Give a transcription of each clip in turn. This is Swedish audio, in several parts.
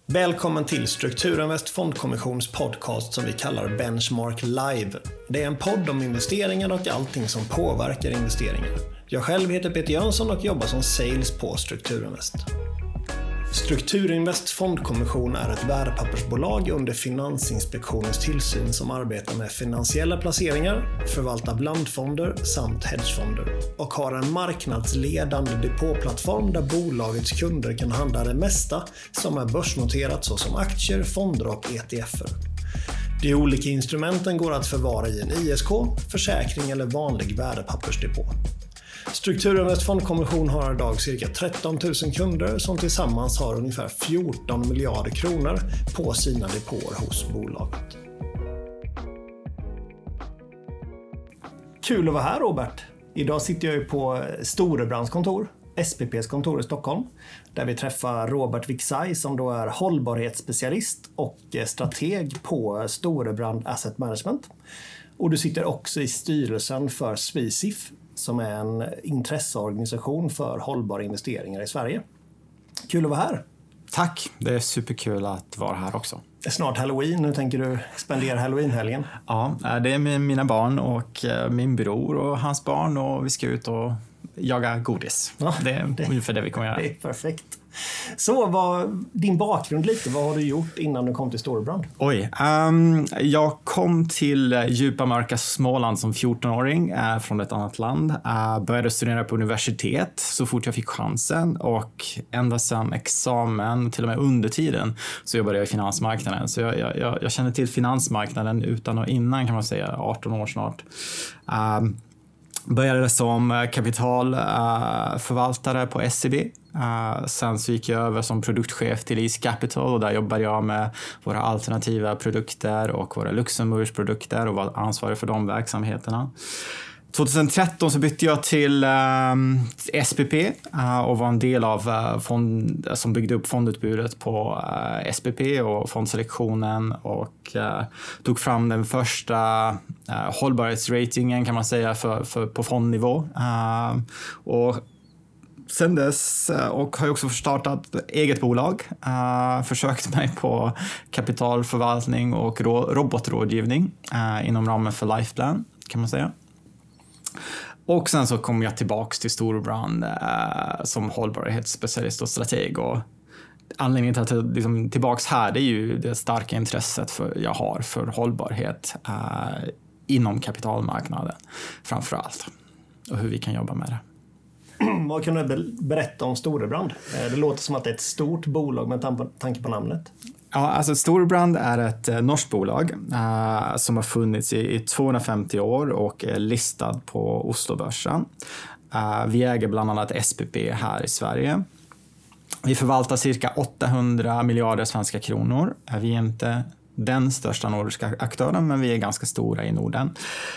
Välkommen till Strukturinvest Fondkommissions podcast som vi kallar Benchmark Live. Det är en podd om investeringar och allting som påverkar investeringar. Jag själv heter Peter Jönsson och jobbar som sales på Strukturinvest. Strukturinvest Fondkommission är ett värdepappersbolag under Finansinspektionens tillsyn som arbetar med finansiella placeringar, förvaltar blandfonder samt hedgefonder och har en marknadsledande depåplattform där bolagets kunder kan handla det mesta som är börsnoterat såsom aktier, fonder och ETFer. De olika instrumenten går att förvara i en ISK, försäkring eller vanlig värdepappersdepå. Strukturinvest Fondkommission har idag cirka 13 000 kunder som tillsammans har ungefär 14 miljarder kronor på sina depåer hos bolaget. Kul att vara här, Robert. Idag sitter jag ju på Storebrands kontor, SPPs kontor i Stockholm, där vi träffar Robert Wicksaj som då är hållbarhetsspecialist och strateg på Storebrand Asset Management. Och du sitter också i styrelsen för SWISIF, som är en intresseorganisation för hållbara investeringar i Sverige. Kul att vara här. Tack, det är superkul att vara här också. Det är snart Halloween, nu tänker du spendera Halloween-helgen? Ja, det är med mina barn och min bror och hans barn och vi ska ut och jaga godis. Ja, det är ungefär det vi kommer göra. Det är perfekt. Så din bakgrund lite, vad har du gjort innan du kom till Storebrand? Jag kom till djupa mörka Småland som 14-åring från ett annat land. Började studera på universitet så fort jag fick chansen och ända sedan examen, till och med under tiden, så jobbade jag i finansmarknaden. Så jag kände till finansmarknaden utan och innan, kan man säga, 18 år snart. Började som kapitalförvaltare på SEB. Sen så gick jag över som produktchef till East Capital och där jobbade jag med våra alternativa produkter och våra Luxemburgs produkter och var ansvarig för de verksamheterna. 2013 så bytte jag till SPP och var en del av som byggde upp fondutbudet på SPP och fondselektionen och tog fram den första hållbarhetsratingen, kan man säga, på fondnivå. Och sen dess och har jag också startat eget bolag, försökt mig på kapitalförvaltning och robotrådgivning inom ramen för Lifeplan, kan man säga. Och sen så kom jag tillbaks till Storebrand som hållbarhetsspecialist och strateg. Och anledningen till att jag liksom tillbaks här, det är ju det starka intresset jag har för hållbarhet inom kapitalmarknaden framför allt. Och hur vi kan jobba med det. Vad kan du berätta om Storebrand? Det låter som att det är ett stort bolag med tanke på namnet. Ja, alltså Storebrand är ett norskt bolag som har funnits i 250 år och är listad på Oslobörsen. Vi äger bland annat SPP här i Sverige. Vi förvaltar cirka 800 miljarder svenska kronor. Vi är inte den största nordiska aktören, men vi är ganska stora i Norden.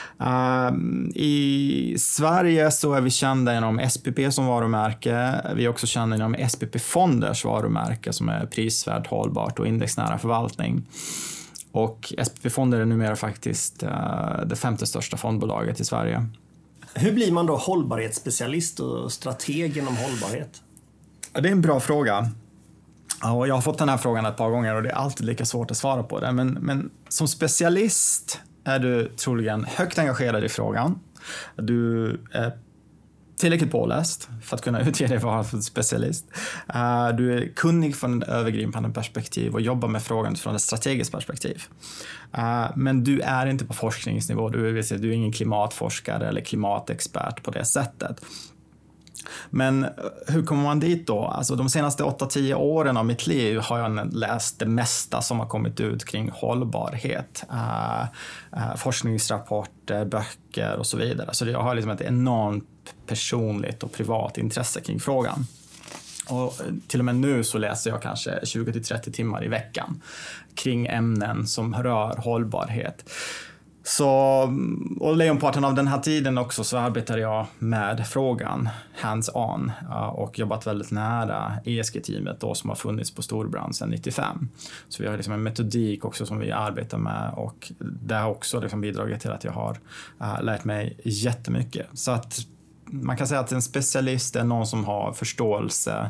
I Sverige så är vi kända genom SPP som varumärke. Vi är också kända genom SPP-fonders varumärke som är prisvärt, hållbart och indexnära förvaltning. Och SPP-fonder är numera faktiskt det 5:e största fondbolaget i Sverige. Hur blir man då hållbarhetsspecialist och strateg inom hållbarhet? Det är en bra fråga. Ja, jag har fått den här frågan ett par gånger och det är alltid lika svårt att svara på det. Men som specialist är du troligen högt engagerad i frågan. Du är tillräckligt påläst för att kunna utge dig vara för specialist. Du är kunnig från ett övergripande perspektiv och jobbar med frågan från ett strategiskt perspektiv. Men du är inte på forskningsnivå. Du är ingen klimatforskare eller klimatexpert på det sättet. Men hur kommer man dit då? Alltså de senaste 8-10 åren av mitt liv har jag läst det mesta som har kommit ut kring hållbarhet. Forskningsrapporter, böcker och så vidare. Så jag har liksom ett enormt personligt och privat intresse kring frågan. Och till och med nu så läser jag kanske 20-30 timmar i veckan kring ämnen som rör hållbarhet. Så, och lejonparten av den här tiden också så arbetade jag med frågan hands-on och jobbat väldigt nära ESG-teamet då som har funnits på Storebrand sedan 95. Så vi har liksom en metodik också som vi arbetar med och det har också liksom bidragit till att jag har lärt mig jättemycket. Så att man kan säga att en specialist är någon som har förståelse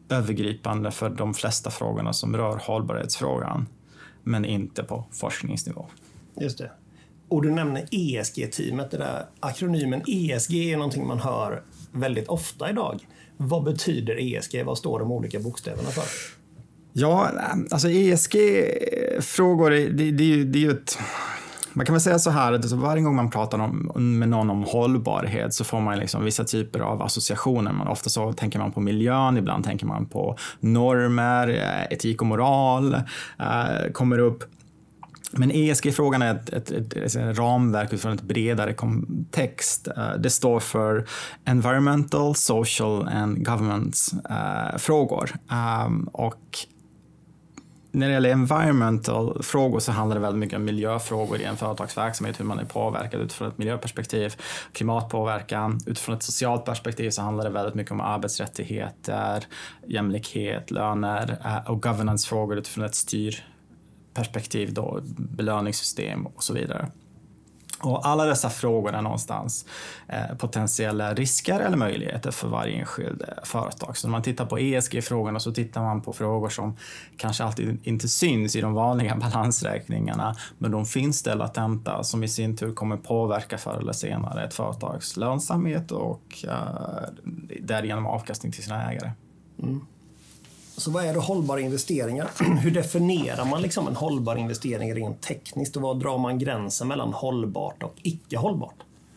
övergripande för de flesta frågorna som rör hållbarhetsfrågan, men inte på forskningsnivå. Just det. Och du nämner ESG-teamet, det där akronymen ESG är någonting man hör väldigt ofta idag. Vad betyder ESG? Vad står de olika bokstäverna för? Ja, alltså ESG-frågor, det är ju ett... Man kan väl säga så här att varje gång man pratar med någon om hållbarhet så får man liksom vissa typer av associationer. Ofta så tänker man på miljön, ibland tänker man på normer, etik och moral kommer upp. Men ESG-frågan är ett ramverk utifrån ett bredare kontext. Det står för Environmental, Social and Governance-frågor. Och när det gäller environmental frågor så handlar det väldigt mycket om miljöfrågor i en företagsverksamhet, hur man är påverkad utifrån ett miljöperspektiv, klimatpåverkan. Utifrån ett socialt perspektiv så handlar det väldigt mycket om arbetsrättigheter, jämlikhet, löner och governance-frågor utifrån ett styrperspektiv, då, belöningssystem och så vidare. Och alla dessa frågor är någonstans potentiella risker eller möjligheter för varje enskild företag. Så när man tittar på ESG-frågorna så tittar man på frågor som kanske alltid inte syns i de vanliga balansräkningarna, men de finns där latenta som i sin tur kommer påverka förr eller senare ett företags lönsamhet och därigenom avkastning till sina ägare. Mm. Så vad är då hållbara investeringar? Hur definierar man liksom en hållbar investering rent tekniskt och vad drar man gränsen mellan hållbart och icke hållbart?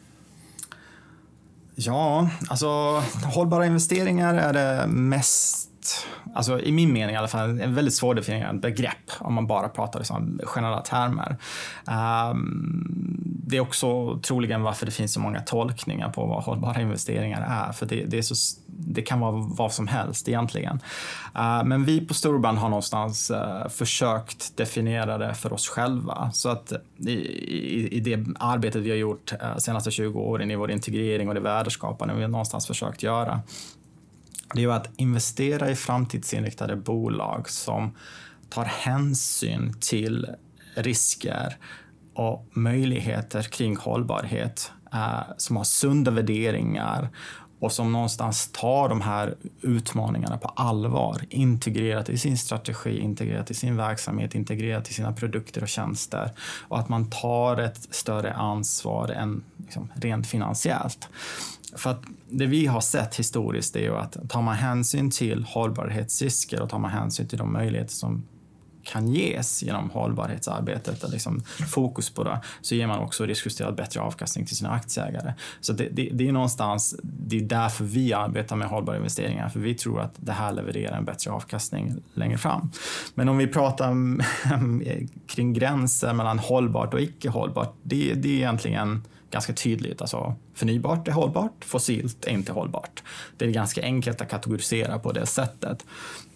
Ja, alltså hållbara investeringar är det mest, alltså i min mening i alla fall, en väldigt svårdefinierad begrepp om man bara pratar i generella termer. Det är också troligen varför det finns så många tolkningar på vad hållbara investeringar är, för det kan vara vad som helst egentligen. Men vi på Storebrand har någonstans försökt definiera det för oss själva. Så att i det arbetet vi har gjort senaste 20 åren i vår integrering och det värdeskapande vi har någonstans försökt göra, det är ju att investera i framtidsinriktade bolag som tar hänsyn till risker och möjligheter kring hållbarhet, som har sunda värderingar och som någonstans tar de här utmaningarna på allvar, integrerat i sin strategi, integrerat i sin verksamhet, integrerat i sina produkter och tjänster, och att man tar ett större ansvar än liksom rent finansiellt. För att det vi har sett historiskt är ju att tar man hänsyn till hållbarhetsrisker och tar man hänsyn till de möjligheter som kan ges genom hållbarhetsarbetet och liksom fokus på det, så ger man också riskjusterad bättre avkastning till sina aktieägare. Så det är någonstans, det är därför vi arbetar med hållbara investeringar, för vi tror att det här levererar en bättre avkastning längre fram. Men om vi pratar kring gränser mellan hållbart och icke hållbart, det är egentligen ganska tydligt. Alltså, förnybart är hållbart, fossilt är inte hållbart. Det är ganska enkelt att kategorisera på det sättet.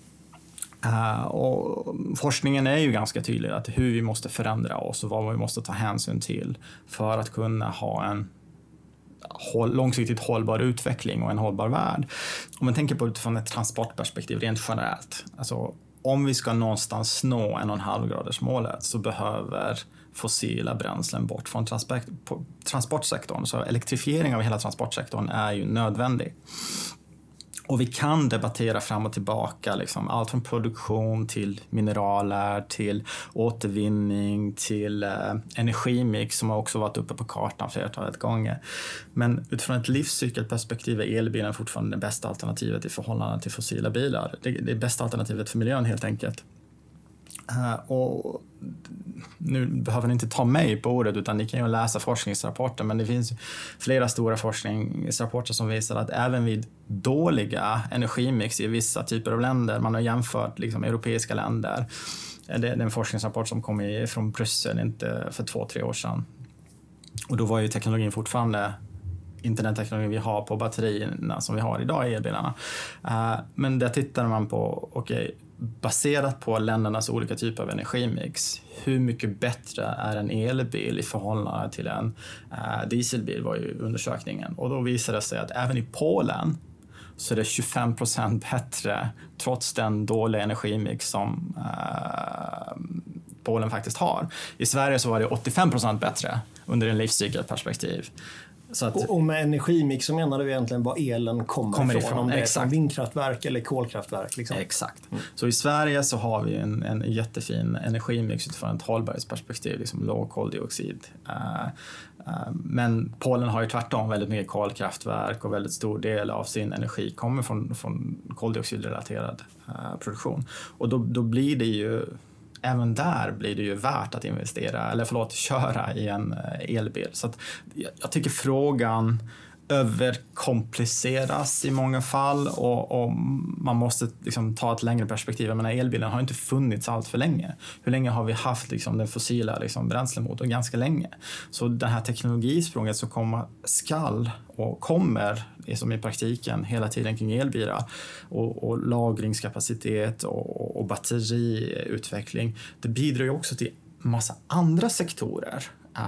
Och forskningen är ju ganska tydlig att hur vi måste förändra oss och vad vi måste ta hänsyn till för att kunna ha en långsiktigt hållbar utveckling och en hållbar värld. Om man tänker på utifrån ett transportperspektiv rent generellt, alltså om vi ska någonstans nå 1,5-gradersmålet så behöver fossila bränslen bort från transportsektorn. Så elektrifiering av hela transportsektorn är ju nödvändig. Och vi kan debattera fram och tillbaka, liksom, allt från produktion till mineraler, till återvinning, till energimix som har också varit uppe på kartan flertalet gånger. Men utifrån ett livscykelperspektiv är elbilen fortfarande det bästa alternativet i förhållande till fossila bilar. Det är bästa alternativet för miljön helt enkelt. Och nu behöver ni inte ta mig på ordet utan ni kan ju läsa forskningsrapporter, men det finns flera stora forskningsrapporter som visar att även vid dåliga energimix i vissa typer av länder, man har jämfört liksom europeiska länder, det är en forskningsrapport som kom från Bryssel inte för 2-3 år sedan, och då var ju teknologin fortfarande internetteknologin vi har på batterierna som vi har idag i elbilarna. Men där tittar man på, baserat på ländernas olika typer av energimix, hur mycket bättre är en elbil i förhållande till en dieselbil, var ju undersökningen. Och då visade det sig att även i Polen så är det 25% bättre trots den dåliga energimix som Polen faktiskt har. I Sverige så var det 85% bättre under en livscykelperspektiv. Så att, och med energimix så menar du egentligen var elen kommer ifrån. Om det är från vindkraftverk eller kolkraftverk. Liksom. Exakt. Så i Sverige så har vi en jättefin energimix utifrån ett hållbarhetsperspektiv, liksom låg koldioxid. Men Polen har ju tvärtom väldigt mycket kolkraftverk och väldigt stor del av sin energi kommer från koldioxidrelaterad produktion. Och då blir det ju, även där blir det ju värt att köra i en elbil. Så att jag tycker frågan överkompliceras i många fall och man måste liksom ta ett längre perspektiv. Jag menar, elbilen har inte funnits allt för länge. Hur länge har vi haft liksom den fossila liksom bränslemotorn? Ganska länge. Så det här teknologisprånget som kommer liksom i praktiken hela tiden kring elbilar och lagringskapacitet och batteriutveckling, det bidrar ju också till massa andra sektorer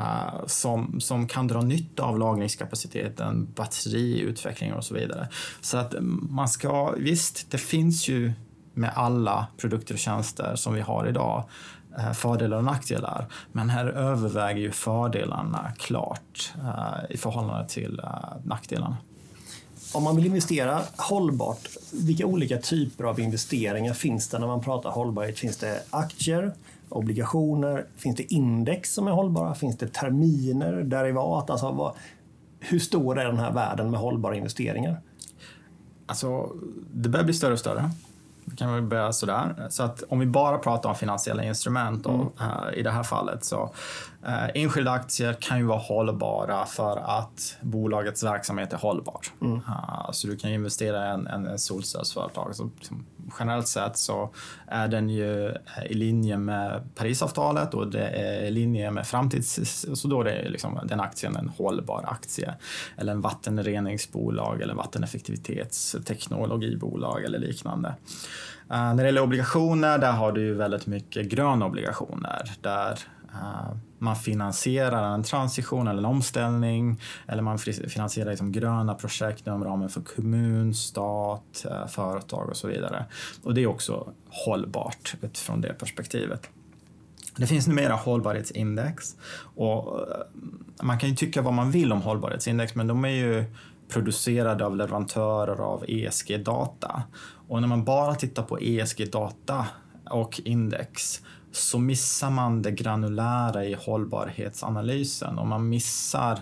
som kan dra nytta av lagringskapaciteten, batteriutveckling och så vidare. Så att man ska, visst, det finns ju med alla produkter och tjänster som vi har idag fördelar och nackdelar, men här överväger ju fördelarna klart i förhållande till nackdelarna. Om man vill investera hållbart, vilka olika typer av investeringar finns det när man pratar hållbarhet? Finns det aktier, obligationer, finns det index som är hållbara, finns det terminer, derivat? Alltså hur stor är den här världen med hållbara investeringar? Alltså, det börjar bli större och större. Vi kan väl börja sådär. Så att om vi bara pratar om finansiella instrument då, i det här fallet så enskilda aktier kan ju vara hållbara för att bolagets verksamhet är hållbar. Så du kan investera i en solcellsföretag. Så liksom, generellt sett så är den ju i linje med Parisavtalet och det är i linje med så då är liksom den aktien en hållbar aktie. Eller en vattenreningsbolag eller vatteneffektivitetsteknologibolag eller liknande. När det gäller obligationer, där har du ju väldigt mycket gröna obligationer där man finansierar en transition eller en omställning eller man finansierar liksom gröna projekt inom ramen för kommun, stat, företag och så vidare. Och det är också hållbart utifrån det perspektivet. Det finns numera hållbarhetsindex och man kan ju tycka vad man vill om hållbarhetsindex, men de är ju producerade av leverantörer av ESG-data. Och när man bara tittar på ESG-data och index så missar man det granulära i hållbarhetsanalysen och man missar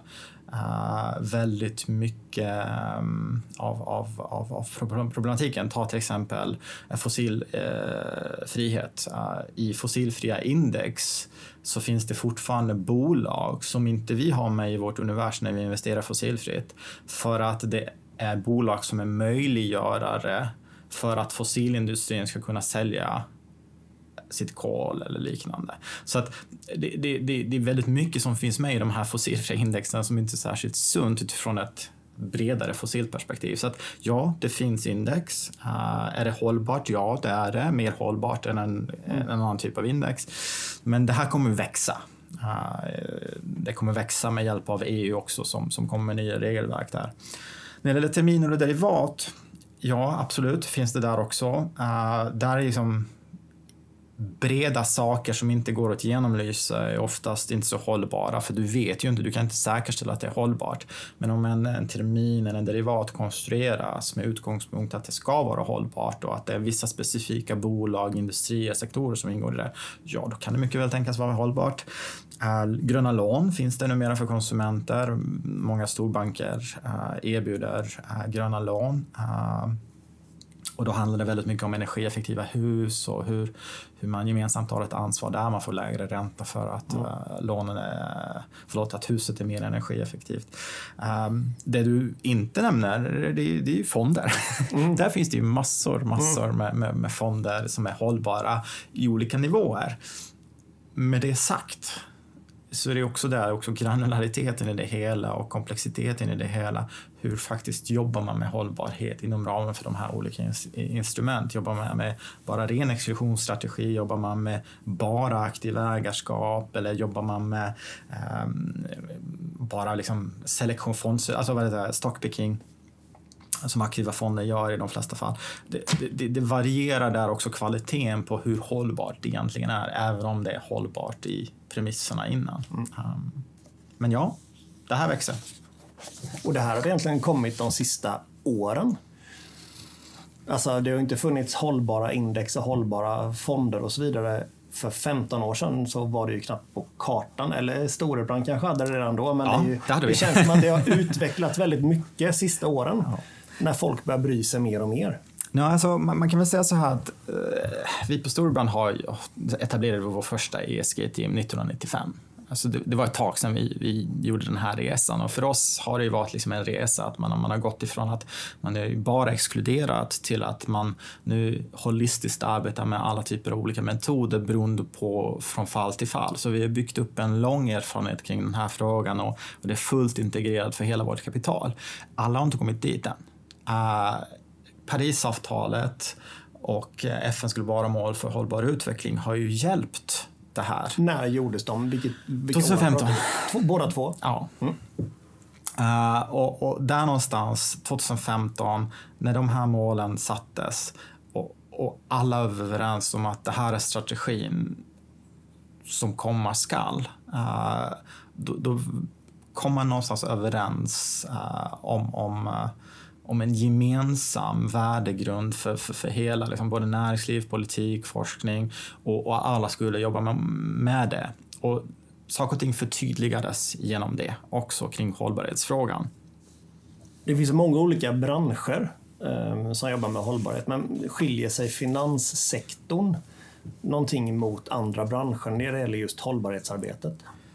väldigt mycket av problematiken. Ta till exempel fossilfrihet. I fossilfria index så finns det fortfarande bolag som inte vi har med i vårt universum när vi investerar fossilfritt, för att det är bolag som är möjliggörare för att fossilindustrin ska kunna sälja sitt kol eller liknande. Så att det är väldigt mycket som finns med i de här fossilfria indexen som inte är särskilt sunt utifrån ett bredare fossilperspektiv. Så att ja, det finns index. Är det hållbart? Ja, det är det. Mer hållbart än en annan typ av index. Men det här kommer växa. Det kommer växa med hjälp av EU också som kommer med nya regelverk där. När det gäller terminer och derivat, ja absolut finns det där också. Där är liksom breda saker som inte går att genomlysa är oftast inte så hållbara, för du vet ju inte, du kan inte säkerställa att det är hållbart. Men om en termin eller en derivat konstrueras med utgångspunkt att det ska vara hållbart och att det är vissa specifika bolag, industrier, sektorer som ingår i det, ja då kan det mycket väl tänkas vara hållbart. Gröna lån finns det numera för konsumenter. Många storbanker erbjuder gröna lån. Och då handlar det väldigt mycket om energieffektiva hus och hur man gemensamt har ett ansvar där man får lägre ränta för att att huset är mer energieffektivt. Det du inte nämner, det är ju fonder. Där finns det ju massor med fonder som är hållbara i olika nivåer. Med det sagt så är det också där också granulariteten i det hela och komplexiteten i det hela. Hur faktiskt jobbar man med hållbarhet inom ramen för de här olika instrument? Jobbar man med bara ren exekutionsstrategi? Jobbar man med bara aktiv ägarskap? Eller jobbar man med bara liksom selektion, alltså stockpicking som aktiva fonder gör i de flesta fall. Det varierar där också kvaliteten på hur hållbart det egentligen är, även om det är hållbart i premisserna innan. Men ja, det här växer. Och det här har egentligen kommit de sista åren. Alltså det har inte funnits hållbara index och hållbara fonder och så vidare. För 15 år sedan så var det ju knappt på kartan. Eller Storebrand kanske hade det redan då. Men ja, det känns som att det har utvecklat väldigt mycket sista åren. Ja. När folk börjar bry sig mer och mer. Ja, alltså, man kan väl säga så här att vi på Storebrand har etablerade vår första ESG-team 1995. Alltså det var ett tag sedan vi gjorde den här resan, och för oss har det ju varit liksom en resa att man har gått ifrån att man är bara exkluderat till att man nu holistiskt arbetar med alla typer av olika metoder beroende på från fall till fall. Så vi har byggt upp en lång erfarenhet kring den här frågan och det är fullt integrerat för hela vårt kapital. Alla har inte kommit dit än. Parisavtalet och FN:s globala mål för hållbar utveckling har ju hjälpt det här. När gjordes de? 2015. Båda två? Ja. Och där någonstans, 2015, när de här målen sattes och alla är överens om att det här är strategin som komma skall, då kom man någonstans överens om en gemensam värdegrund för hela, liksom både näringsliv, politik, forskning, och alla skulle jobba med det. Och saker och ting förtydligades genom det också kring hållbarhetsfrågan. Det finns många olika branscher som jobbar med hållbarhet, men skiljer sig finanssektorn någonting mot andra branscher när det gäller just hållbarhetsarbetet?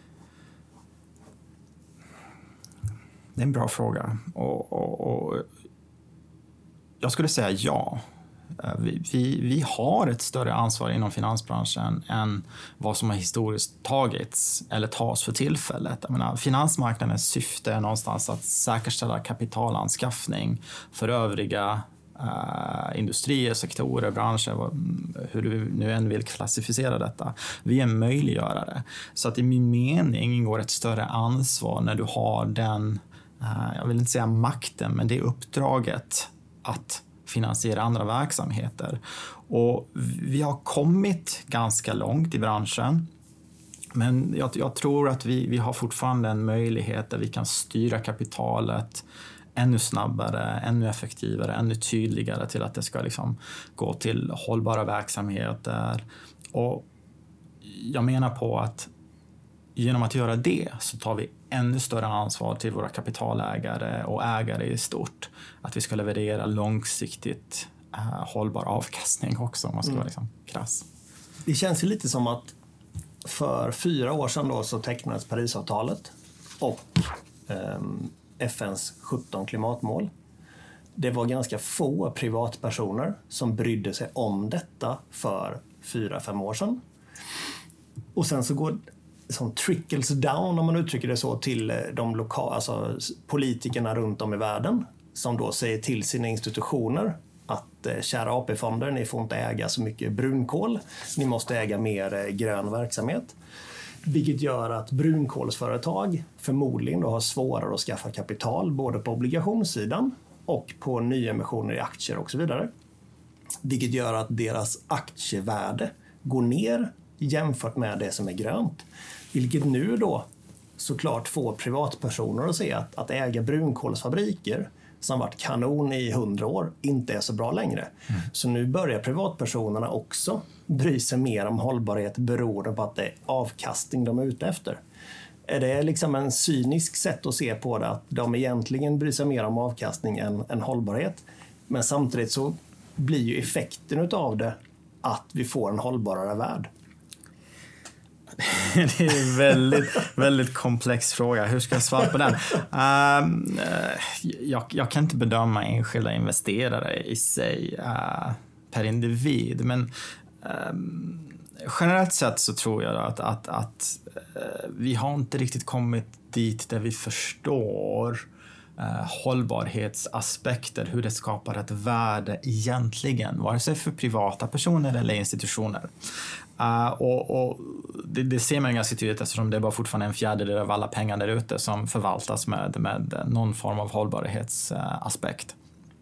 Det är en bra fråga. Och jag skulle säga ja. Vi har ett större ansvar inom finansbranschen än vad som har historiskt tagits eller tas för tillfället. Jag menar, finansmarknadens syfte är någonstans att säkerställa kapitalanskaffning för övriga industrier, sektorer, branscher, hur du nu än vill klassificera detta. Vi är möjliggörare. Så att i min mening ingår ett större ansvar när du har den, jag vill inte säga makten, men det är uppdraget att finansiera andra verksamheter. Och vi har kommit ganska långt i branschen. Men jag tror att vi har fortfarande en möjlighet där vi kan styra kapitalet ännu snabbare, ännu effektivare, ännu tydligare till att det ska liksom gå till hållbara verksamheter. Och jag menar på att genom att göra det så tar vi ännu större ansvar till våra kapitalägare och ägare i stort. Att vi ska leverera långsiktigt hållbar avkastning också, om man ska vara liksom krass. Det känns ju lite som att för 4 år sedan då så tecknades Parisavtalet och FNs 17 klimatmål. Det var ganska få privatpersoner som brydde sig om detta för 4-5 år sedan. Och sen så går som trickles down, om man uttrycker det så, till de lokala, alltså politikerna runt om i världen, som då säger till sina institutioner att kära AP-fonder, ni får inte äga så mycket brunkol, ni måste äga mer grön verksamhet. Vilket gör att brunkolsföretag förmodligen då har svårare att skaffa kapital både på obligationssidan och på nyemissioner i aktier och så vidare. Vilket gör att deras aktievärde går ner jämfört med det som är grönt. Vilket nu då såklart får privatpersoner att se att äga brunkolsfabriker som varit kanon i 100 år inte är så bra längre. Så nu börjar privatpersonerna också bry sig mer om hållbarhet beroende på att det är avkastning de är ute efter. Är det liksom en cynisk sätt att se på det, att de egentligen bryr sig mer om avkastning än hållbarhet? Men samtidigt så blir ju effekten av det att vi får en hållbarare värld. Det är en väldigt, väldigt komplex fråga. Hur ska jag svara på den? Jag kan inte bedöma enskilda investerare i sig per individ. Men generellt sett så tror jag att vi har inte riktigt kommit dit där vi förstår hållbarhetsaspekter, hur det skapar ett värde egentligen, vare sig för privata personer eller institutioner. Och det ser man ganska tydligt eftersom det är bara fortfarande 1/4 av alla pengar där ute som förvaltas med någon form av hållbarhetsaspekt.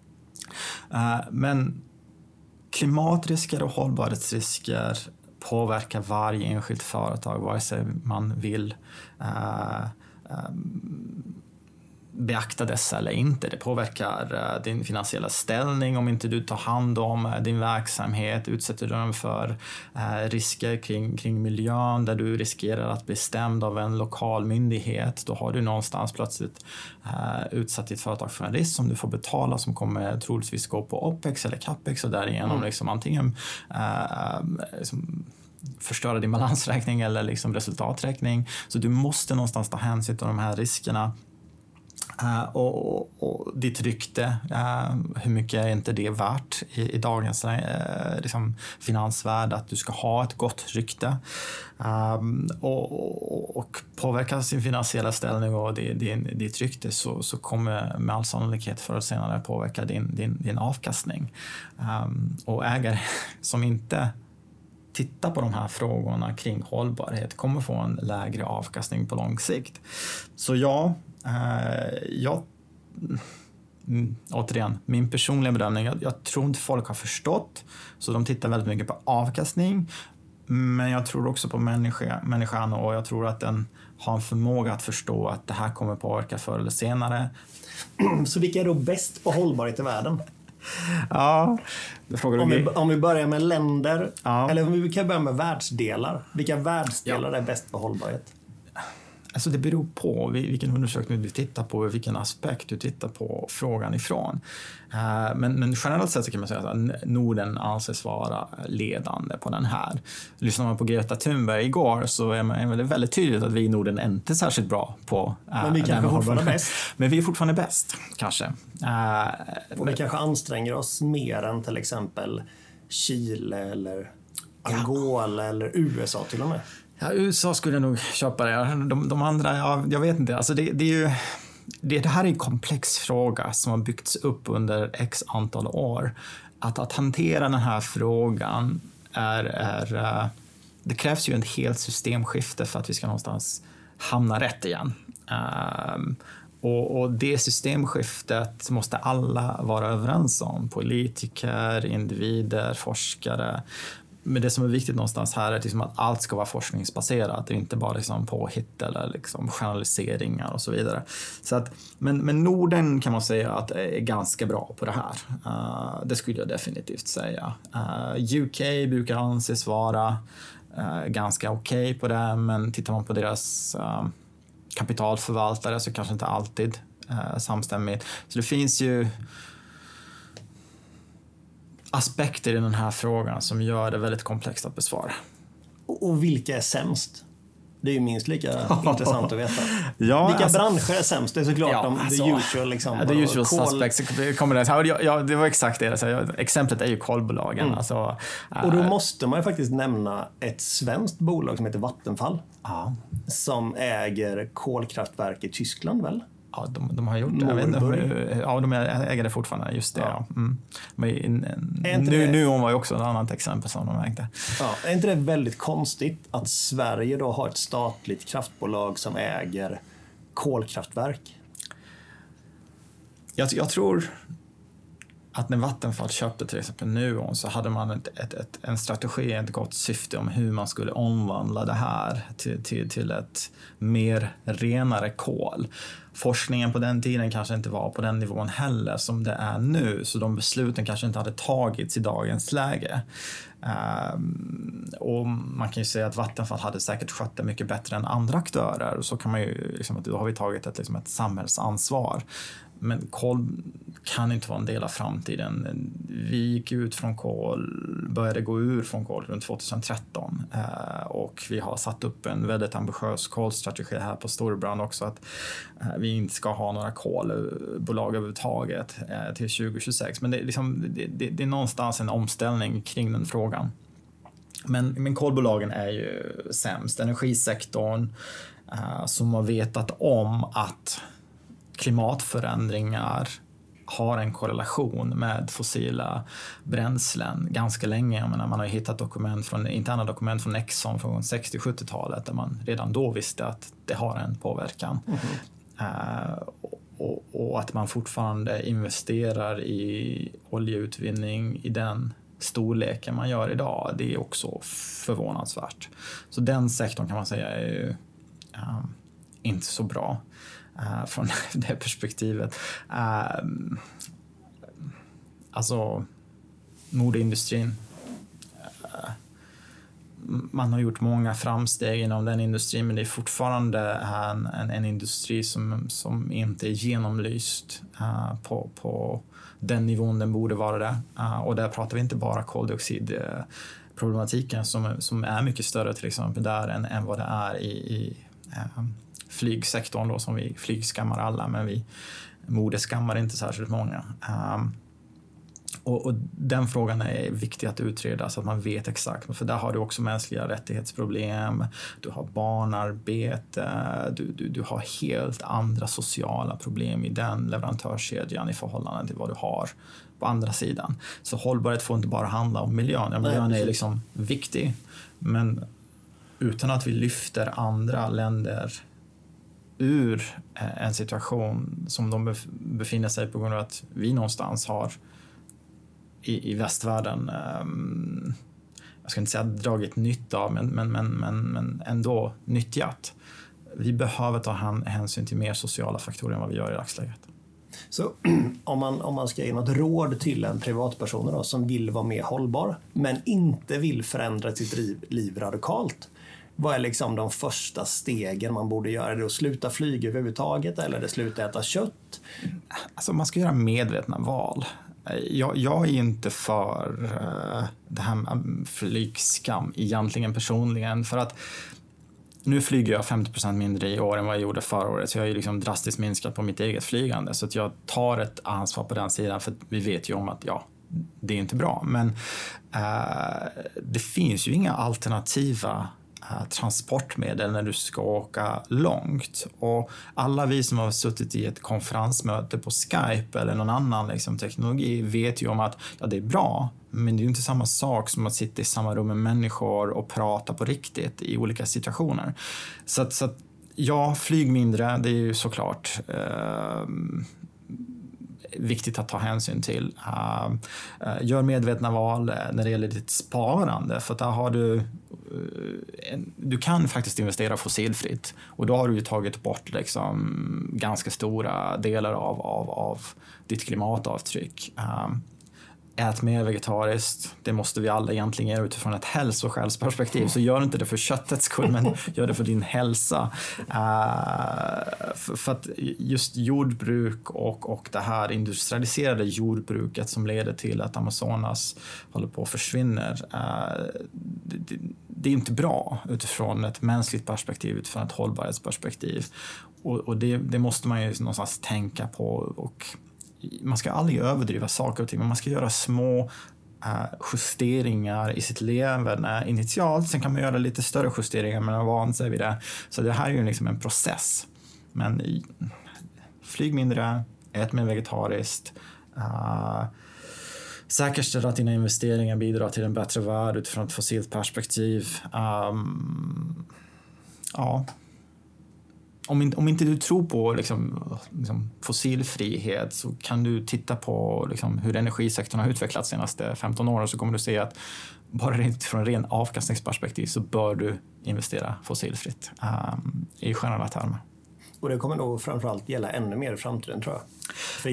Men klimatrisker och hållbarhetsrisker påverkar varje enskilt företag, vare sig man vill beakta dessa eller inte. Det påverkar din finansiella ställning om inte du tar hand om din verksamhet, utsätter den för risker kring miljön där du riskerar att bli stämd av en lokal myndighet. Då har du någonstans plötsligt utsatt ditt företag för en risk som du får betala, som kommer troligtvis gå på OPEX eller CAPEX och därigenom liksom antingen förstöra din balansräkning eller liksom resultaträkning. Så du måste någonstans ta hänsyn till de här riskerna. Och ditt rykte, hur mycket är inte det värt i dagens liksom finansvärld, att du ska ha ett gott rykte och påverka sin finansiella ställning och ditt rykte, så kommer med all sannolikhet förr eller senare påverka din avkastning. Och ägare som inte tittar på de här frågorna kring hållbarhet kommer få en lägre avkastning på lång sikt. Så återigen, min personliga bedömning, jag tror inte folk har förstått, så de tittar väldigt mycket på avkastning, men jag tror också på människan, och jag tror att den har en förmåga att förstå att det här kommer påverka förr eller senare. Så vilka är då bäst på hållbarhet i världen? Ja, om vi börjar med länder, eller om vi kan börja med världsdelar. Vilka världsdelar är bäst på hållbarhet? Alltså det beror på vilken undersökning du tittar på, vilken aspekt du tittar på frågan ifrån. Men generellt sett så kan man säga att Norden anses vara ledande på den här. Lyssnar man på Greta Thunberg igår så är det väldigt tydligt att vi i Norden inte är särskilt bra på. Men vi kanske fortfarande är bäst. Men vi är fortfarande bäst, kanske. Och vi kanske anstränger oss mer än till exempel Chile eller Angola eller USA till och med. Ja, USA skulle nog köpa det. De andra, jag vet inte. Alltså det här är en komplex fråga som har byggts upp under x antal år. Att hantera den här frågan det krävs ju ett helt systemskifte för att vi ska någonstans hamna rätt igen. Och det systemskiftet måste alla vara överens om. Politiker, individer, forskare. Men det som är viktigt någonstans här är liksom att allt ska vara forskningsbaserat, och inte bara liksom påhitt eller liksom generaliseringar och så vidare. Så att, men Norden kan man säga att är ganska bra på det här. Det skulle jag definitivt säga. UK brukar anses vara ganska okej på det, men tittar man på deras kapitalförvaltare så kanske inte alltid samstämmigt. Så det finns ju aspekter i den här frågan som gör det väldigt komplext att besvara. Och vilka är sämst? Det är ju minst lika intressant att veta. Ja, vilka branscher är sämst? Det är såklart the usual. Liksom, the usual suspects. Det var exakt det. Alltså, exemplet är ju kolbolagen. Alltså, och då måste man ju faktiskt nämna ett svenskt bolag som heter Vattenfall. Som äger kolkraftverk i Tyskland, väl? Ja, de har gjort det. De äger det fortfarande, just det. Ja. Men nu var ju också ett annat exempel som de ägde. Ja, är inte det väldigt konstigt att Sverige då har ett statligt kraftbolag som äger kolkraftverk? Jag tror att när Vattenfall köpte till exempel Nuon så hade man en strategi, ett gott syfte om hur man skulle omvandla det här till ett mer renare kol. Forskningen på den tiden kanske inte var på den nivån heller som det är nu, så de besluten kanske inte hade tagits i dagens läge. Och man kan ju säga att Vattenfall hade säkert skött det mycket bättre än andra aktörer, och så kan man ju att då har vi tagit ett samhällsansvar. Men kol kan inte vara en del av framtiden. Vi gick ut från kol, började gå ur från kol runt 2013. Och vi har satt upp en väldigt ambitiös kolstrategi här på Storebrand också, att vi inte ska ha några kolbolag överhuvudtaget till 2026. Men det är någonstans en omställning kring den frågan. Men kolbolagen är ju sämst. Energisektorn som har vetat om att klimatförändringar har en korrelation med fossila bränslen ganska länge. Jag menar, man har hittat interna dokument från Exxon från 60-70-talet där man redan då visste att det har en påverkan. Och att man fortfarande investerar i oljeutvinning i den storleken man gör idag, det är också förvånansvärt. Så den sektorn kan man säga är ju inte så bra. från det perspektivet. Alltså modeindustrin. Man har gjort många framsteg inom den industrin, men det är fortfarande en industri som inte är genomlyst på den nivån den borde vara det. Och där pratar vi inte bara koldioxidproblematiken som är mycket större till exempel där än vad det är i flygsektorn då, som vi flygskammar alla, men vi modeskammar inte särskilt många. Och den frågan är viktig att utreda så att man vet exakt. För där har du också mänskliga rättighetsproblem, du har barnarbete, du har helt andra sociala problem i den leverantörskedjan i förhållande till vad du har på andra sidan. Så hållbarhet får inte bara handla om miljön. Miljön är liksom viktig, men utan att vi lyfter andra länder ur en situation som de befinner sig på grund av att vi någonstans har i västvärlden, jag ska inte säga dragit nytta av, men ändå nyttjat. Vi behöver ta hänsyn till mer sociala faktorer än vad vi gör i dagsläget. Så om man ska ge något råd till en privatperson då, som vill vara mer hållbar men inte vill förändra sitt liv radikalt, vad är liksom de första stegen man borde göra? Är det att sluta flyga överhuvudtaget eller är det sluta äta kött? Alltså man ska göra medvetna val. Jag är inte för det här med flygskam egentligen personligen, för att nu flyger jag 50% mindre i år än vad jag gjorde förra året, så jag har ju liksom drastiskt minskat på mitt eget flygande, så att jag tar ett ansvar på den sidan, för vi vet ju om att det är inte bra, men det finns ju inga alternativa transportmedel när du ska åka långt. Och alla vi som har suttit i ett konferensmöte på Skype eller någon annan liksom teknologi vet ju om att det är bra, men det är ju inte samma sak som att sitta i samma rum med människor och prata på riktigt i olika situationer. Så att flyg mindre, det är ju såklart viktigt att ta hänsyn till. Gör medvetna val när det gäller ditt sparande, för att där har du kan faktiskt investera fossilfritt, och då har du ju tagit bort liksom ganska stora delar av ditt klimatavtryck. Ät mer vegetariskt, det måste vi alla egentligen göra utifrån ett hälsoskällsperspektiv, så gör inte det för köttets skull, men gör det för din hälsa. För att just jordbruk och det här industrialiserade jordbruket som leder till att Amazonas håller på att försvinna, det är inte bra utifrån ett mänskligt perspektiv, utifrån ett hållbarhetsperspektiv. Och det måste man ju någonstans tänka på, och man ska aldrig överdriva saker och ting, men man ska göra små justeringar i sitt leverne initialt. Sen kan man göra lite större justeringar, men man vant sig vid det. Så det här är ju liksom en process. Men flyg mindre, ät mer vegetariskt, säkerställa att dina investeringar bidrar till en bättre värld utifrån ett fossilt perspektiv. Om inte du tror på liksom fossilfrihet, så kan du titta på liksom hur energisektorn har utvecklats de senaste 15 åren, så kommer du se att bara utifrån ren avkastningsperspektiv så bör du investera fossilfritt i generella termer. Och det kommer nog framförallt gälla ännu mer i framtiden, tror jag. För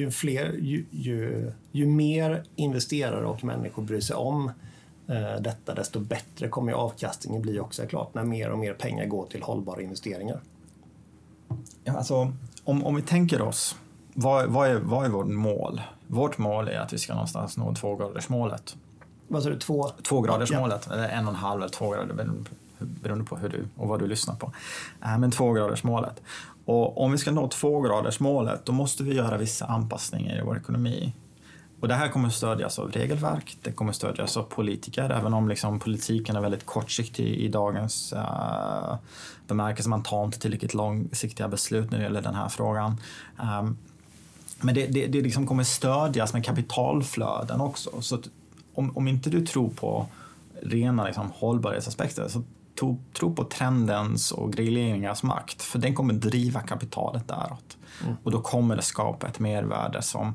ju mer investerare och människor bryr sig om detta, desto bättre kommer avkastningen bli också, klart, när mer och mer pengar går till hållbara investeringar. Ja, alltså, om vi tänker oss, vad är vårt mål? Vårt mål är att vi ska någonstans nå 2-gradersmålet. Vad sa du? 2-gradersmålet, eller 1,5 eller 2 grader, beroende på hur du och vad du lyssnar på. Men 2-gradersmålet. Och om vi ska nå 2-gradersmålet, då måste vi göra vissa anpassningar i vår ekonomi. Och det här kommer stödjas av regelverk, det kommer stödjas av politiker, även om liksom politiken är väldigt kortsiktig i dagens bemärkelse. Man tar inte tillräckligt långsiktiga beslut när det gäller den här frågan. Men det liksom kommer stödjas med kapitalflöden också. Så att om inte du tror på rena liksom hållbarhetsaspekter, så tro på trendens och regleringars makt, för den kommer driva kapitalet däråt. Och då kommer det skapa ett mervärde som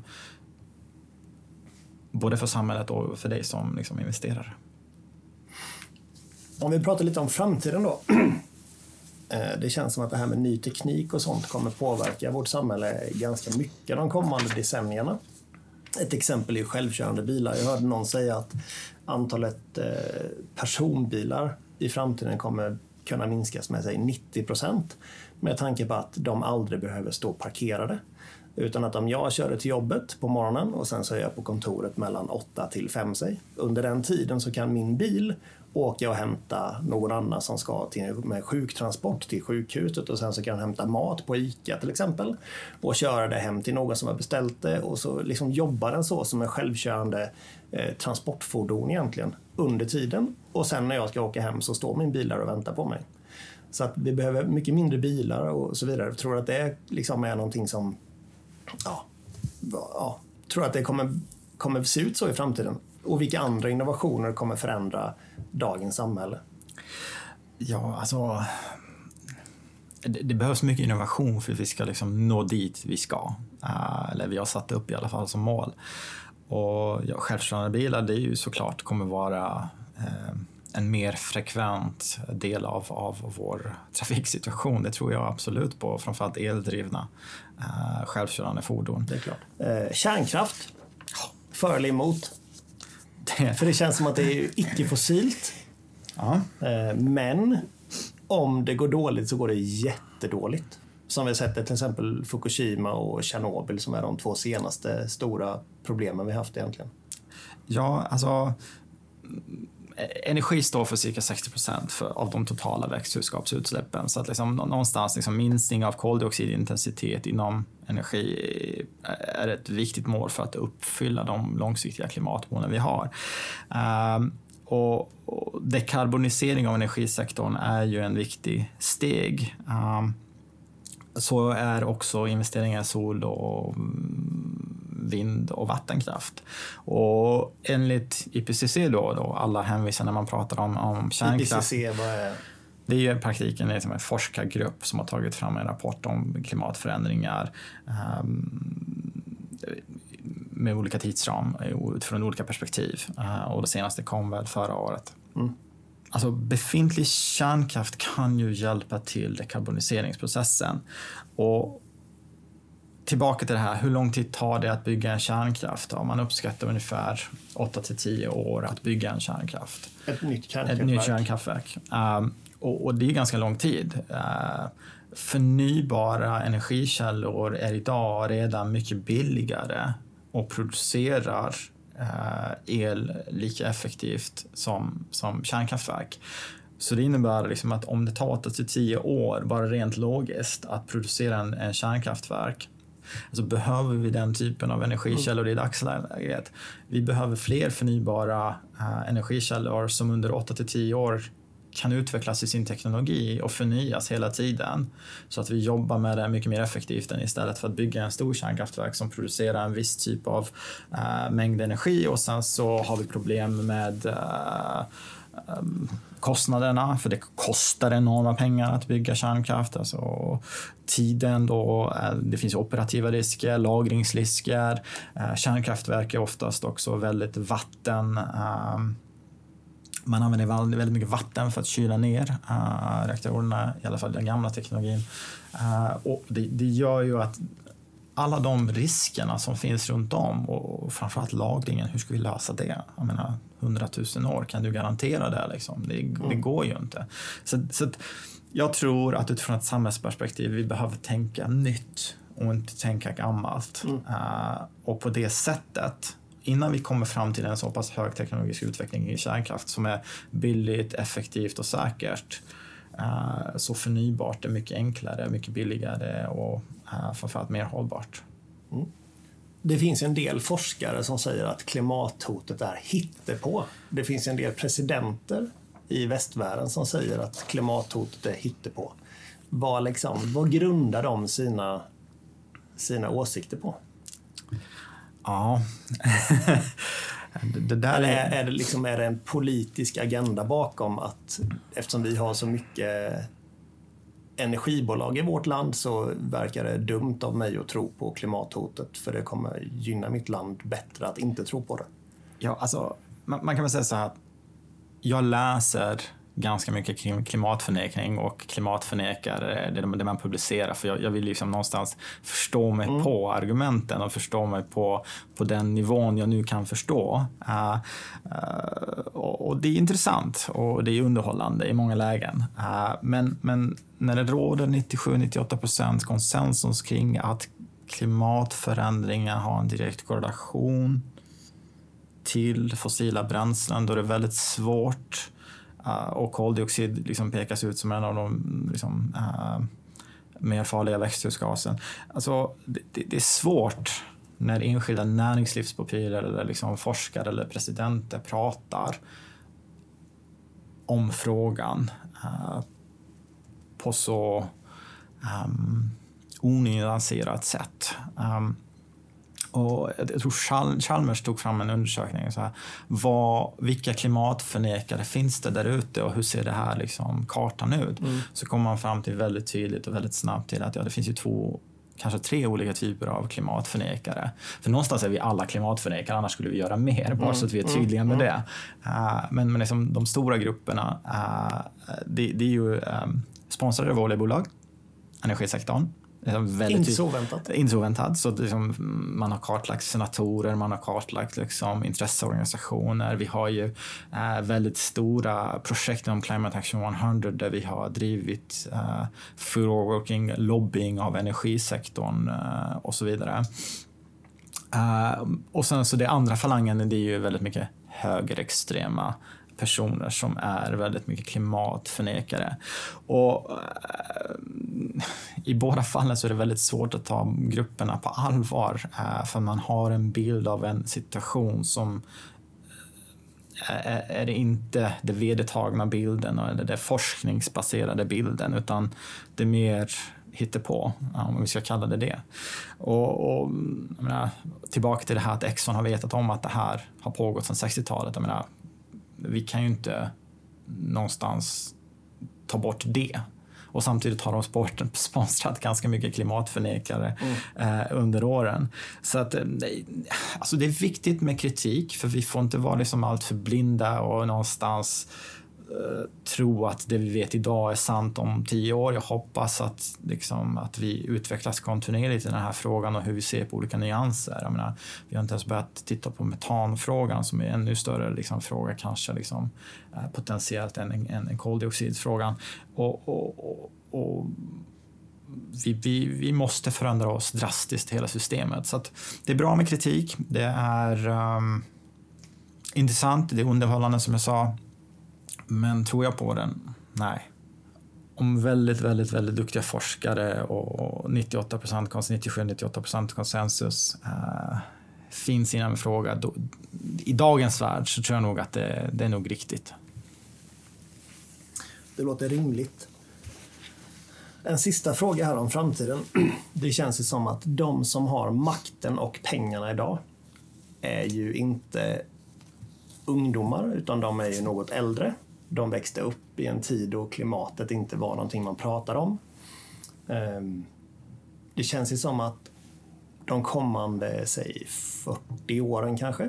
både för samhället och för dig som liksom investerare. Om vi pratar lite om framtiden då. Det känns som att det här med ny teknik och sånt kommer påverka vårt samhälle ganska mycket de kommande decennierna. Ett exempel är självkörande bilar. Jag hörde någon säga att antalet personbilar i framtiden kommer kunna minskas med 90% med tanke på att de aldrig behöver stå parkerade. Utan att om jag kör till jobbet på morgonen och sen så är jag på kontoret mellan 8 till 5. Under den tiden så kan min bil åka och hämta någon annan som ska med sjuktransport till sjukhuset och sen så kan han hämta mat på ICA till exempel och köra det hem till någon som har beställt det och så liksom jobbar den så som en självkörande transportfordon egentligen under tiden och sen när jag ska åka hem så står min bil där och väntar på mig. Så att vi behöver mycket mindre bilar och så vidare. Jag tror att det liksom är någonting som tror att det kommer se ut så i framtiden. Och vilka andra innovationer kommer förändra dagens samhälle? Ja, alltså det behövs mycket innovation för att vi ska liksom nå dit vi ska. Eller vi har satt upp i alla fall som mål. Och självkörande bilar, det är ju såklart kommer vara en mer frekvent del av vår trafiksituation. Det tror jag absolut på, framförallt eldrivna självkörande fordon. Det är klart. Kärnkraft, för eller emot? För det känns som att det är icke-fossilt. Ja. Men om det går dåligt så går det jättedåligt. Som vi har sett till exempel Fukushima och Tjernobyl som är de 2 senaste stora problemen vi haft egentligen. Ja, alltså energi står för cirka 60% av de totala växthusgasutsläppen. Så att liksom, någonstans liksom, minskning av koldioxidintensitet inom energi är ett viktigt mål för att uppfylla de långsiktiga klimatmålen vi har. Och dekarbonisering av energisektorn är ju en viktig steg. Så är också investeringar i sol och vind och vattenkraft. Och enligt IPCC då alla hänvisar när man pratar om kärnkraft. IPCC, vad är? Det är ju i praktiken liksom en forskargrupp som har tagit fram en rapport om klimatförändringar med olika tidsram utifrån olika perspektiv. Och det senaste kom väl förra året. Alltså befintlig kärnkraft kan ju hjälpa till dekarboniseringsprocessen. Och tillbaka till det här, hur lång tid tar det att bygga en kärnkraft? Ja, man uppskattar ungefär 8-10 år att bygga en kärnkraft. Ett nytt kärnkraftverk. Och det är ganska lång tid. Förnybara energikällor är idag redan mycket billigare och producerar el lika effektivt som kärnkraftverk. Så det innebär liksom att om det tar 8-10 år, bara rent logiskt, att producera en kärnkraftverk, alltså behöver vi den typen av energikällor i dagsläget. Vi behöver fler förnybara energikällor som under 8-10 år kan utvecklas i sin teknologi och förnyas hela tiden. Så att vi jobbar med det mycket mer effektivt än istället för att bygga en stor kärnkraftverk som producerar en viss typ av mängd energi och sen så har vi problem med kostnaderna, för det kostar enorma pengar att bygga kärnkraft. Alltså tiden då, det finns operativa risker, lagringsrisker. Kärnkraftverk är oftast också väldigt vatten. Man använder väldigt mycket vatten för att kyla ner reaktorerna, i alla fall den gamla teknologin. Och det gör ju att alla de riskerna som finns runt om och framförallt lagringen, hur ska vi lösa det? Jag menar, 100 000 år, kan du garantera det? Liksom? Det går ju inte. Så att jag tror att utifrån ett samhällsperspektiv vi behöver tänka nytt och inte tänka gammalt. Och på det sättet, innan vi kommer fram till en så pass hög teknologisk utveckling i kärnkraft som är billigt, effektivt och säkert, så förnybart är mycket enklare, mycket billigare och framförallt mer hållbart. Det finns en del forskare som säger att klimathotet är hittepå. Det finns en del presidenter i västvärlden som säger att klimathotet är hittepå. Vad grundar de sina åsikter på? Ja. Det där är det en politisk agenda bakom att eftersom vi har så mycket energibolag i vårt land så verkar det dumt av mig att tro på klimathotet, för det kommer gynna mitt land bättre att inte tro på det. Ja, alltså man kan väl säga så här att jag läser ganska mycket kring klimatförnekning och klimatförnekare, det man publicerar. För jag vill liksom någonstans förstå mig på argumenten och förstå mig på den nivån jag nu kan förstå. Och det är intressant och det är underhållande i många lägen. Men när det råder 97-98% konsensus kring att klimatförändringar har en direkt korrelation till fossila bränslen, då är det väldigt svårt, och koldioxid liksom pekas ut som en av de liksom, mer farliga växthusgasen. Alltså, det är svårt när enskilda näringslivsprofiler eller liksom forskare eller presidenter pratar om frågan på så onyanserat sätt. Och jag tror Chalmers tog fram en undersökning så här, vilka klimatförnekare finns det där ute och hur ser det här liksom kartan ut? Så kommer man fram till väldigt tydligt och väldigt snabbt till att det finns ju 2, kanske 3 olika typer av klimatförnekare. För någonstans är vi alla klimatförnekare, annars skulle vi göra mer, bara så att vi är tydliga med det. Men liksom de stora grupperna, det är ju sponsrade av oljebolag, energisektorn. Inte så oväntat. Så liksom, man har kartlagt senatorer, man har kartlagt liksom, intresseorganisationer. Vi har ju väldigt stora projekt om Climate Action 100 där vi har drivit frågor kring lobbying av energisektorn och så vidare. Och sen så det andra falangen, det är ju väldigt mycket högerextrema personer som är väldigt mycket klimatförnekare. Och i båda fallen så är det väldigt svårt att ta grupperna på allvar, för man har en bild av en situation som är det inte det vedertagna bilden eller det forskningsbaserade bilden, utan det är mer hittepå, om vi ska kalla det. Och jag menar, tillbaka till det här att Exxon har vetat om att det här har pågått sedan 60-talet. Jag menar, vi kan ju inte någonstans ta bort det. Och samtidigt har de sponsrat ganska mycket klimatförnekare under åren. Så att alltså det är viktigt med kritik, för vi får inte vara liksom allt för blinda och någonstans tro att det vi vet idag är sant om 10 år. Jag hoppas att vi utvecklas kontinuerligt i den här frågan och hur vi ser på olika nyanser. Jag menar, vi har inte ens börjat titta på metanfrågan som är en ännu större liksom, fråga, kanske liksom, potentiellt än koldioxidfrågan. Och vi måste förändra oss drastiskt i hela systemet. Så att det är bra med kritik. Det är intressant, det är underhållande som jag sa. Men tror jag på den? Nej. Om väldigt, väldigt, väldigt duktiga forskare och 97-98% konsensus finns inom en fråga, då, i dagens värld så tror jag nog att det är nog riktigt. Det låter rimligt. En sista fråga här om framtiden. Det känns ju som att de som har makten och pengarna idag är ju inte ungdomar, utan de är ju något äldre. De växte upp i en tid då klimatet inte var någonting man pratar om. Det känns ju som att de kommande, säg 40 åren kanske,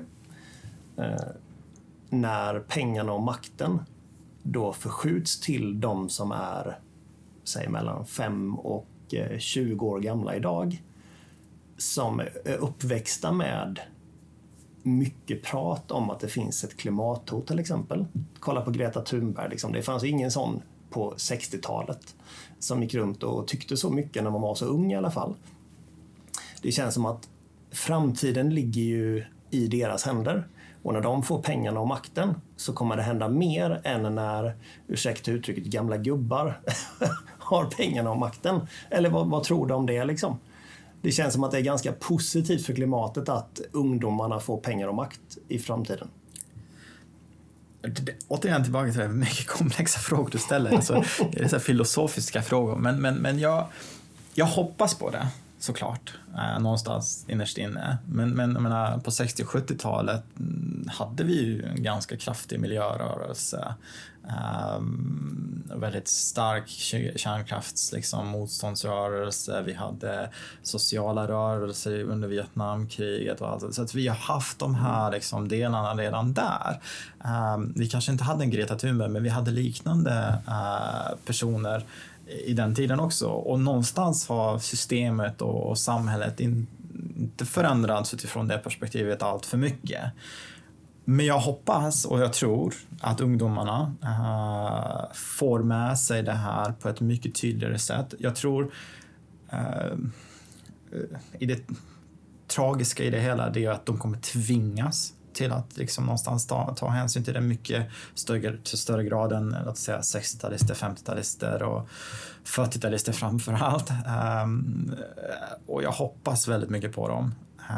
när pengarna och makten då förskjuts till de som är, säg mellan 5 och 20 år gamla idag, som är uppväxta med mycket prat om att det finns ett klimathot till exempel. Kolla på Greta Thunberg. Liksom. Det fanns ingen sån på 60-talet som gick runt och tyckte så mycket när man var så ung i alla fall. Det känns som att framtiden ligger ju i deras händer. Och när de får pengarna och makten så kommer det hända mer än när, ursäkta uttrycket, gamla gubbar har pengarna och makten. Eller vad tror du om det liksom? Det känns som att det är ganska positivt för klimatet att ungdomarna får pengar och makt i framtiden. Återigen tillbaka till det mycket komplexa frågor du ställer. Alltså, det är så här filosofiska frågor. Men jag hoppas på det. såklart, någonstans innerst inne. Men jag menar, på 60- och 70-talet hade vi ju en ganska kraftig miljörörelse. Väldigt stark kärnkrafts liksom, motståndsrörelse. Vi hade sociala rörelser under Vietnamkriget och allt. Så att vi har haft de här liksom, delarna redan där. Vi kanske inte hade en Greta Thunberg, men vi hade liknande personer i den tiden också. Och någonstans har systemet och samhället inte förändrats utifrån det perspektivet allt för mycket. Men jag hoppas och jag tror att ungdomarna får med sig det här på ett mycket tydligare sätt. Jag tror i det tragiska i det hela, det är att de kommer tvingas till att liksom någonstans ta hänsyn till det mycket större grad än låt säga 60-talister, 50-talister och 40-talister framför allt. Och jag hoppas väldigt mycket på dem.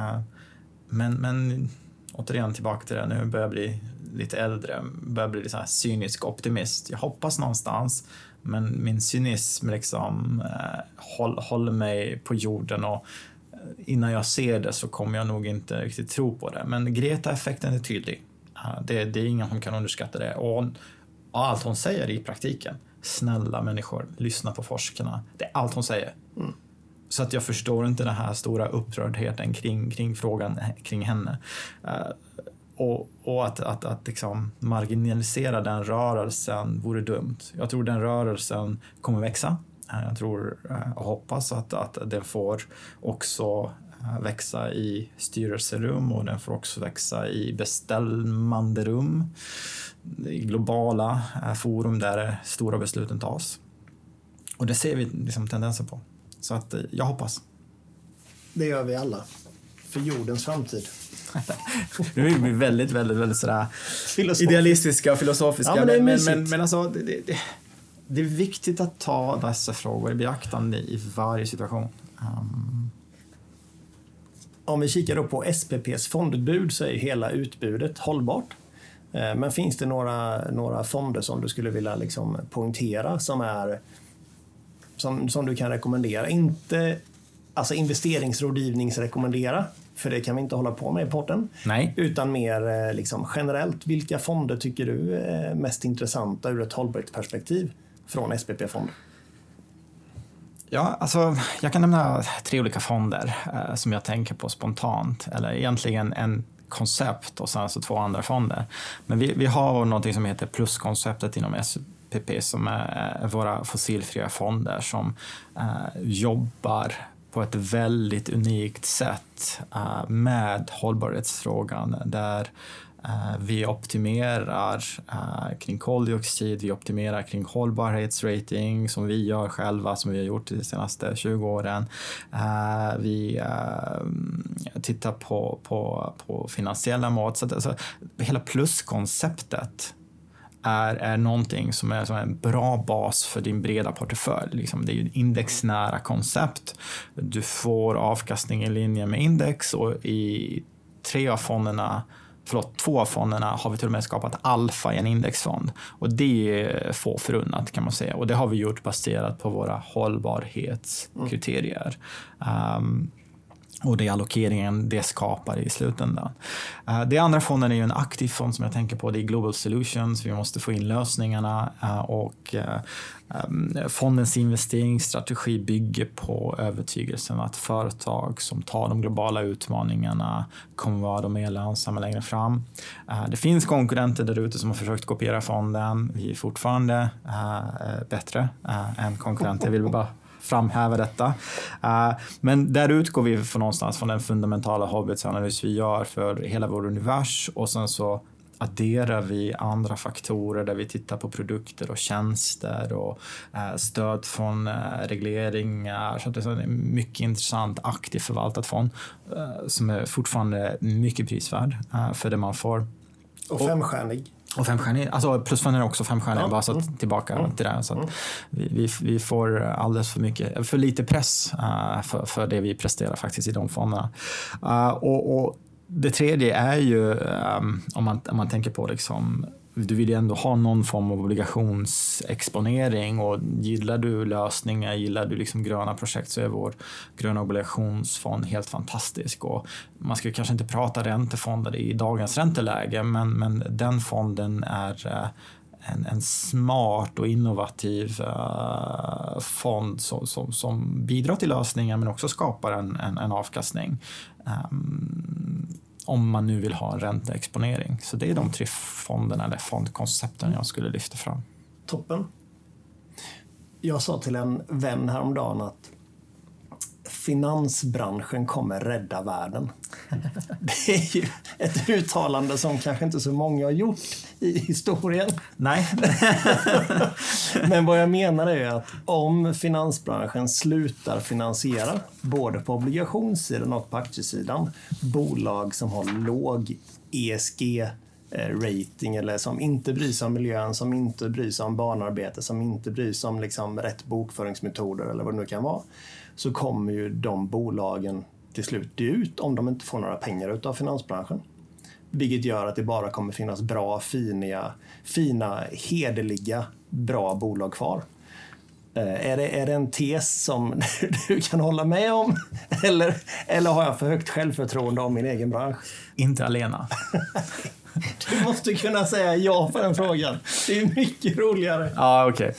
Men återigen tillbaka till det, nu börjar jag bli lite äldre, börjar bli lite så här cynisk optimist. Jag hoppas någonstans, men min cynism liksom håller mig på jorden, och innan jag ser det så kommer jag nog inte riktigt tro på det. Men Greta-effekten är tydlig. Det är ingen som kan underskatta det. Och allt hon säger i praktiken, snälla människor, lyssna på forskarna. Det är allt hon säger. Mm. Så att jag förstår inte den här stora upprördheten kring frågan kring henne. Och att liksom marginalisera den rörelsen vore dumt. Jag tror den rörelsen kommer växa. Jag tror och hoppas att den får också växa i styrelserum, och den får också växa i bestämmanderum, i globala forum där stora besluten tas. Och det ser vi liksom tendenser på. Så att jag hoppas. Det gör vi alla. För jordens framtid. Nu är vi väldigt, väldigt, väldigt sådär idealistiska och filosofiska. Ja, men alltså, det är viktigt att ta dessa frågor i beaktande i varje situation. Om vi kikar då på SPPs fondutbud så är hela utbudet hållbart. Men finns det några fonder som du skulle vilja liksom poängtera som du kan rekommendera? Inte alltså investeringsrådgivningsrekommendera, för det kan vi inte hålla på med i podden. Nej. Utan mer liksom generellt, vilka fonder tycker du är mest intressanta ur ett hållbarhetsperspektiv från SPP-fonder? Ja, alltså jag kan nämna 3 olika fonder som jag tänker på spontant, eller egentligen en koncept och sen så 2 andra fonder. Men vi har något som heter pluskonceptet inom SPP, som är våra fossilfria fonder som jobbar på ett väldigt unikt sätt med hållbarhetsfrågan, där vi optimerar kring koldioxid, vi optimerar kring hållbarhetsrating som vi gör själva, som vi har gjort de senaste 20 åren. Vi tittar på finansiella mått. Så alltså, hela pluskonceptet är någonting som är en bra bas för din breda portfölj. Liksom, det är ju ett indexnära koncept. Du får avkastning i linje med index, och i 2 av fonderna har vi till och med skapat alfa i en indexfond. Och det är få förunnat, kan man säga. Och det har vi gjort baserat på våra hållbarhetskriterier. Och det är allokeringen det skapar i slutändan. Det andra fonden är ju en aktiv fond som jag tänker på. Det är Global Solutions. Vi måste få in lösningarna, och fondens investeringsstrategi bygger på övertygelsen att företag som tar de globala utmaningarna kommer vara de mer lönsamma längre fram. Det finns konkurrenter där ute som har försökt kopiera fonden. Vi är fortfarande bättre än konkurrenter. Vill vi bara framhäva detta. Men där utgår vi någonstans från den fundamentala hållbarhetsanalys vi gör för hela vår univers, och sen så adderar vi andra faktorer där vi tittar på produkter och tjänster och stöd från regleringar. Så det är en mycket intressant aktivt förvaltat fond som är fortfarande mycket prisvärd för det man får. Och 5-stjärnig. Och 5-stjärnig, alltså plusfonden är också 5-stjärnig, bara så att tillbaka till det. Så att vi får alldeles för lite press för det vi presterar faktiskt i de fonderna. Och det tredje är ju, om man tänker på liksom du vill ju ändå ha någon form av obligationsexponering, och gillar du lösningar, gillar du liksom gröna projekt, så är vår gröna obligationsfond helt fantastisk. Och man ska kanske inte prata räntefonder i dagens ränteläge, men den fonden är en smart och innovativ fond som bidrar till lösningar men också skapar en avkastning. Om man nu vill ha en ränteexponering. Så det är de 3 fonderna eller fondkoncepten jag skulle lyfta fram. Toppen. Jag sa till en vän häromdagen att finansbranschen kommer rädda världen. Det är ju ett uttalande som kanske inte så många har gjort i historien. Nej. Men vad jag menar är att om finansbranschen slutar finansiera, både på obligationssidan och på aktiesidan, bolag som har låg ESG-rating eller som inte bryr sig om miljön, som inte bryr sig om barnarbete, som inte bryr sig om liksom rätt bokföringsmetoder eller vad det nu kan vara, så kommer ju de bolagen till slut dö ut om de inte får några pengar utav finansbranschen. Vilket gör att det bara kommer finnas bra, fina, hederliga, bra bolag kvar. Är det en tes som du kan hålla med om? Eller har jag för högt självförtroende om min egen bransch? Inte alena. Du måste kunna säga ja på den frågan. Det är mycket roligare. Ja, okej.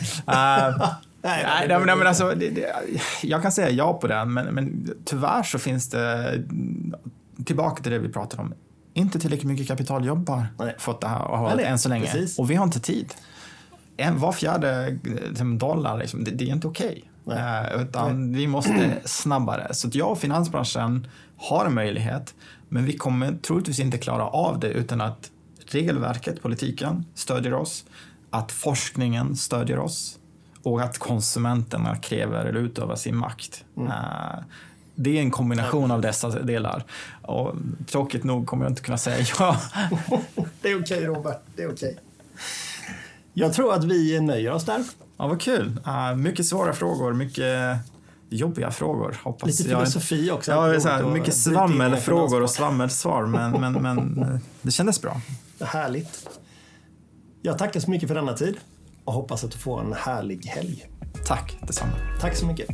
Nej, men alltså, jag kan säga ja på den, men tyvärr så finns det, tillbaka till det vi pratade om, inte tillräckligt mycket kapital jobbar fått det här och har än så länge. Precis. Och vi har inte tid. Var fjärde dollar, liksom, det är inte okej. Utan vi måste snabbare. Så att jag och finansbranschen har en möjlighet, men vi kommer troligtvis inte klara av det utan att regelverket, politiken stödjer oss, att forskningen stödjer oss och att konsumenterna kräver eller utövar sin makt. Det är en kombination av dessa delar. Och tråkigt nog kommer jag inte kunna säga ja. Det är okej, Robert, det är okej. Jag tror att vi nöjer oss där. Ja, vad kul. Mycket svåra frågor, mycket jobbiga frågor. Hoppas lite filosofi också. Ja, så här, mycket svammelfrågor och svammelsvar, men det kändes bra. Härligt. Jag tackar så mycket för denna tid och hoppas att du får en härlig helg. Tack, detsamma. Tack så mycket.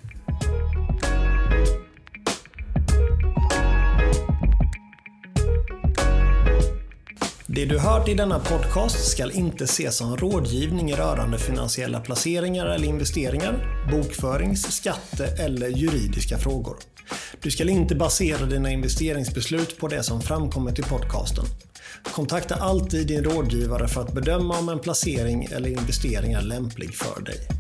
Det du hört i denna podcast ska inte ses som rådgivning rörande finansiella placeringar eller investeringar, bokförings-, skatte- eller juridiska frågor. Du ska inte basera dina investeringsbeslut på det som framkommit i podcasten. Kontakta alltid din rådgivare för att bedöma om en placering eller investering är lämplig för dig.